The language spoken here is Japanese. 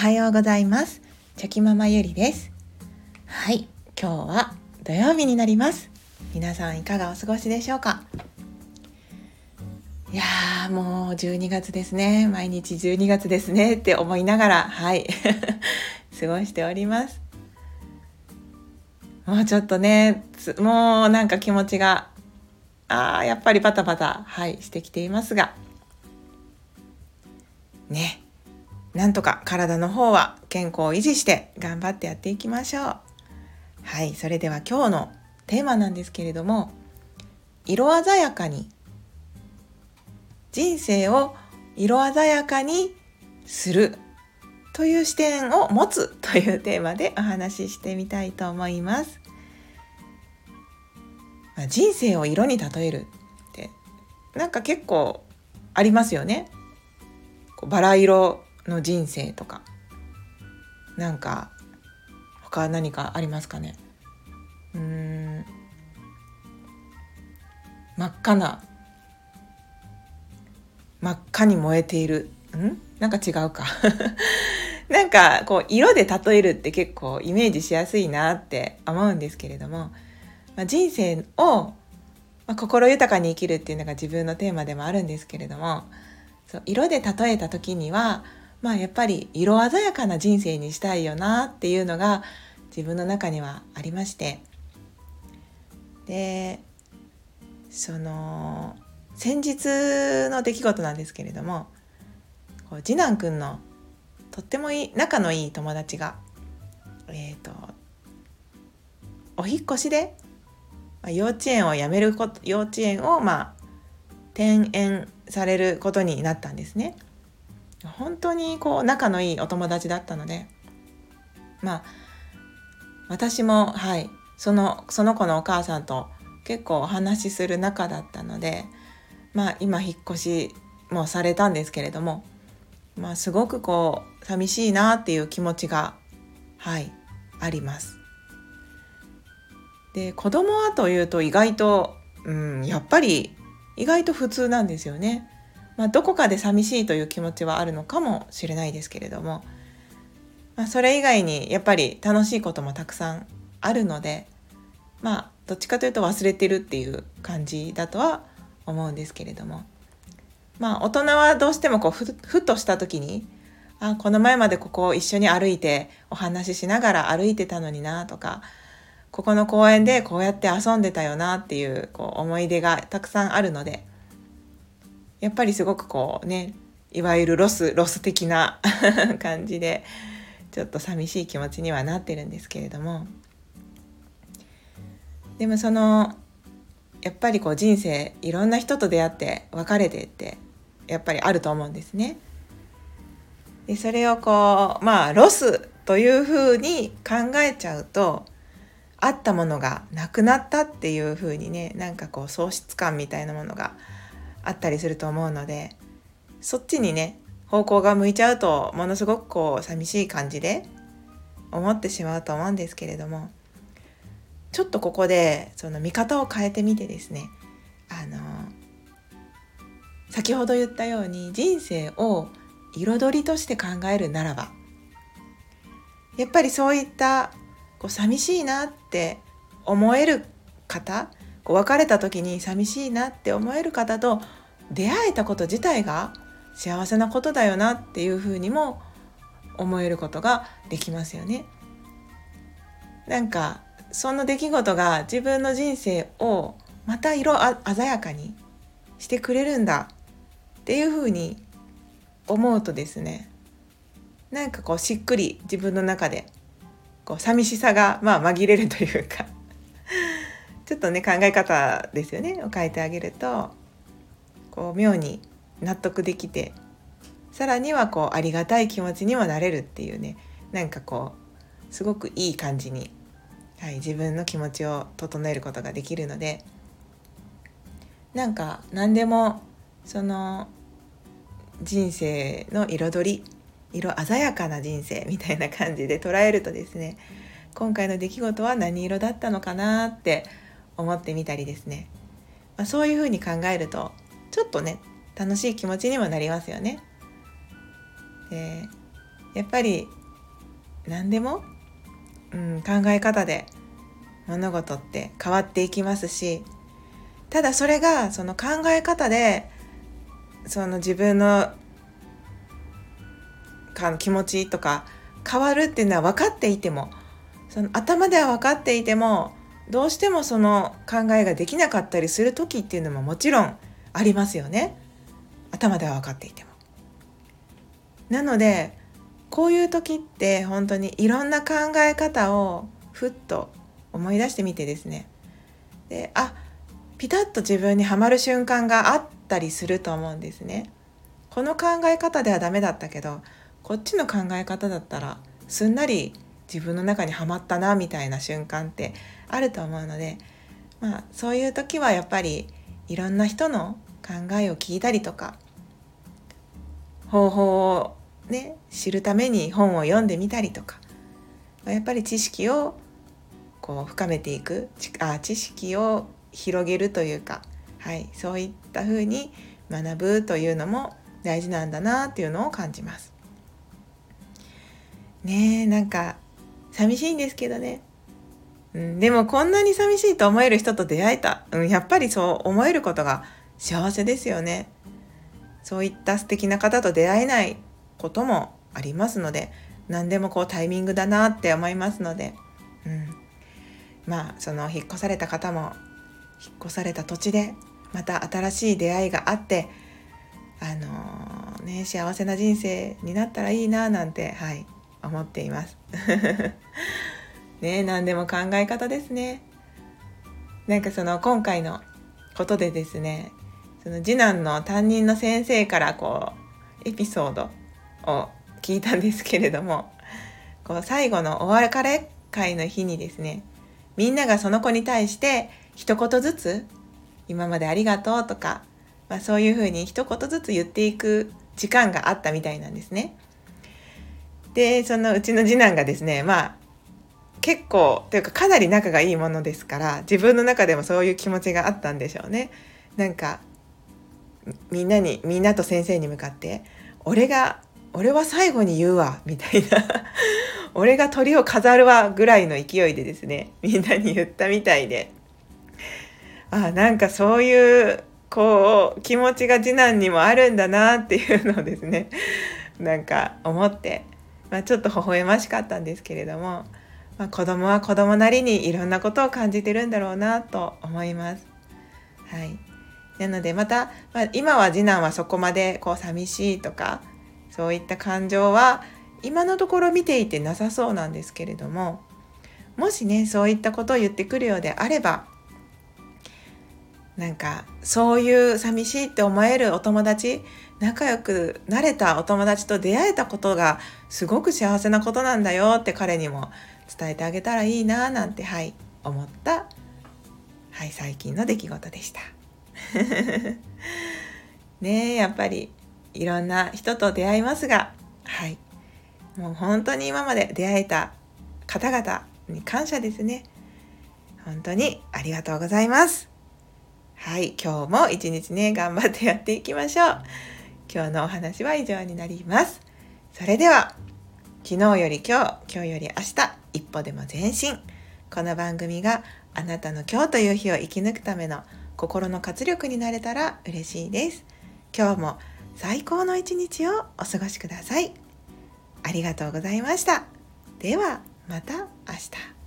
はようございます。チョキママゆりです。はい、今日は土曜日になります。皆さんいかがお過ごしでしょうか。いやー、もう12月ですね。毎日12月ですねって思いながら過ごしております。もうちょっとね、もうなんか気持ちがやっぱりバタバタしてきていますがね、なんとか体の方は健康を維持して頑張ってやっていきましょう。それでは今日のテーマなんですけれども、色鮮やかに、人生を色鮮やかにするという視点を持つというテーマでお話ししてみたいと思います。人生を色に例えるってなんか結構ありますよね。バラ色の人生とか、なんか他何かありますかね。真っ赤に燃えている、なんか違うかなんかこう色で例えるって結構イメージしやすいなって思うんですけれども、人生を、心豊かに生きるっていうのが自分のテーマでもあるんですけれども、色で例えた時にはやっぱり色鮮やかな人生にしたいよなっていうのが自分の中にはありまして、で先日の出来事なんですけれども、次男くんのとっても仲のいい友達が、お引っ越しで、幼稚園を転園されることになったんですね。本当に仲のいいお友達だったので、私もその子のお母さんと結構お話しする仲だったので、今引っ越しもされたんですけれども、すごく寂しいなっていう気持ちがあります。で、子供はというと意外と、やっぱり意外と普通なんですよね。どこかで寂しいという気持ちはあるのかもしれないですけれども、それ以外にやっぱり楽しいこともたくさんあるので、どっちかというと忘れてるっていう感じだとは思うんですけれども、大人はどうしてもふとした時に、この前までここを一緒に歩いてお話ししながら歩いてたのになとか、ここの公園でこうやって遊んでたよなっていう、思い出がたくさんあるので、やっぱりすごくいわゆるロス的な感じでちょっと寂しい気持ちにはなってるんですけれども、でもやっぱり人生いろんな人と出会って別れてってやっぱりあると思うんですね。でそれをロスというふうに考えちゃうと、あったものがなくなったっていうふうにね、なんか喪失感みたいなものがあったりすると思うので、そっちにね方向が向いちゃうとものすごく寂しい感じで思ってしまうと思うんですけれども、ちょっとここでその見方を変えてみてですね、先ほど言ったように人生を彩りとして考えるならば、やっぱりそういった寂しいなって思える方、別れた時に寂しいなって思える方と出会えたこと自体が幸せなことだよなっていうふうにも思えることができますよね。なんかその出来事が自分の人生をまた色鮮やかにしてくれるんだっていうふうに思うとですね、なんかしっくり自分の中で寂しさが紛れるというかちょっとね考え方ですよねを変えてあげると妙に納得できて、さらにはありがたい気持ちにもなれるっていうね、なんかすごくいい感じに、自分の気持ちを整えることができるので、なんか何でもその人生の彩り、色鮮やかな人生みたいな感じで捉えるとですね、今回の出来事は何色だったのかなって思ってみたりですね、そういうふうに考えるとちょっとね楽しい気持ちにもなりますよね。でやっぱり何でも、考え方で物事って変わっていきますし、ただそれがその考え方でその自分の気持ちとか変わるっていうのは分かっていても、その頭では分かっていてもどうしてもその考えができなかったりする時っていうのももちろんありますよね。頭では分かっていても。なのでこういう時って本当にいろんな考え方をふっと思い出してみてですね、でピタッと自分にはまる瞬間があったりすると思うんですね。この考え方ではダメだったけどこっちの考え方だったらすんなり自分の中にはまったなみたいな瞬間ってあると思うので、そういう時はやっぱりいろんな人の考えを聞いたりとか、方法をね知るために本を読んでみたりとか、やっぱり知識をこう深めていく、知識を広げるというか、そういった風に学ぶというのも大事なんだなっていうのを感じますね。なんか寂しいんですけどね、でもこんなに寂しいと思える人と出会えた、やっぱりそう思えることが幸せですよね。そういった素敵な方と出会えないこともありますので、何でもこうタイミングだなって思いますので、その引っ越された方も引っ越された土地でまた新しい出会いがあって、幸せな人生になったらいいななんて思っています何でも考え方ですね。なんかその今回のことでですね、その次男の担任の先生からこうエピソードを聞いたんですけれども、こう最後のお別れ会の日にですね、みんながその子に対して一言ずつ今までありがとうとか、そういうふうに一言ずつ言っていく時間があったみたいなんですね。でそのうちの次男がですね、結構というかかなり仲がいいものですから、自分の中でもそういう気持ちがあったんでしょうね。なんかみんなと先生に向かって俺は最後に言うわみたいな俺が鳥を飾るわぐらいの勢いでですね、みんなに言ったみたいで、なんかそういうこう気持ちが次男にもあるんだなっていうのをですねなんか思って、ちょっと微笑ましかったんですけれども、子供は子供なりにいろんなことを感じてるんだろうなと思います。なのでまた、今は次男はそこまでこう寂しいとかそういった感情は今のところ見ていてなさそうなんですけれども、もしねそういったことを言ってくるようであれば、なんかそういう寂しいって思えるお友達、仲良くなれたお友達と出会えたことがすごく幸せなことなんだよって彼にも伝えてあげたらいいななんて思った、最近の出来事でしたやっぱりいろんな人と出会いますが、もう本当に今まで出会えた方々に感謝ですね。本当にありがとうございます。今日も一日ね頑張ってやっていきましょう。今日のお話は以上になります。それでは昨日より今日より明日、一歩でも前進。この番組があなたの今日という日を生き抜くための心の活力になれたら嬉しいです。今日も最高の一日をお過ごしください。ありがとうございました。ではまた明日。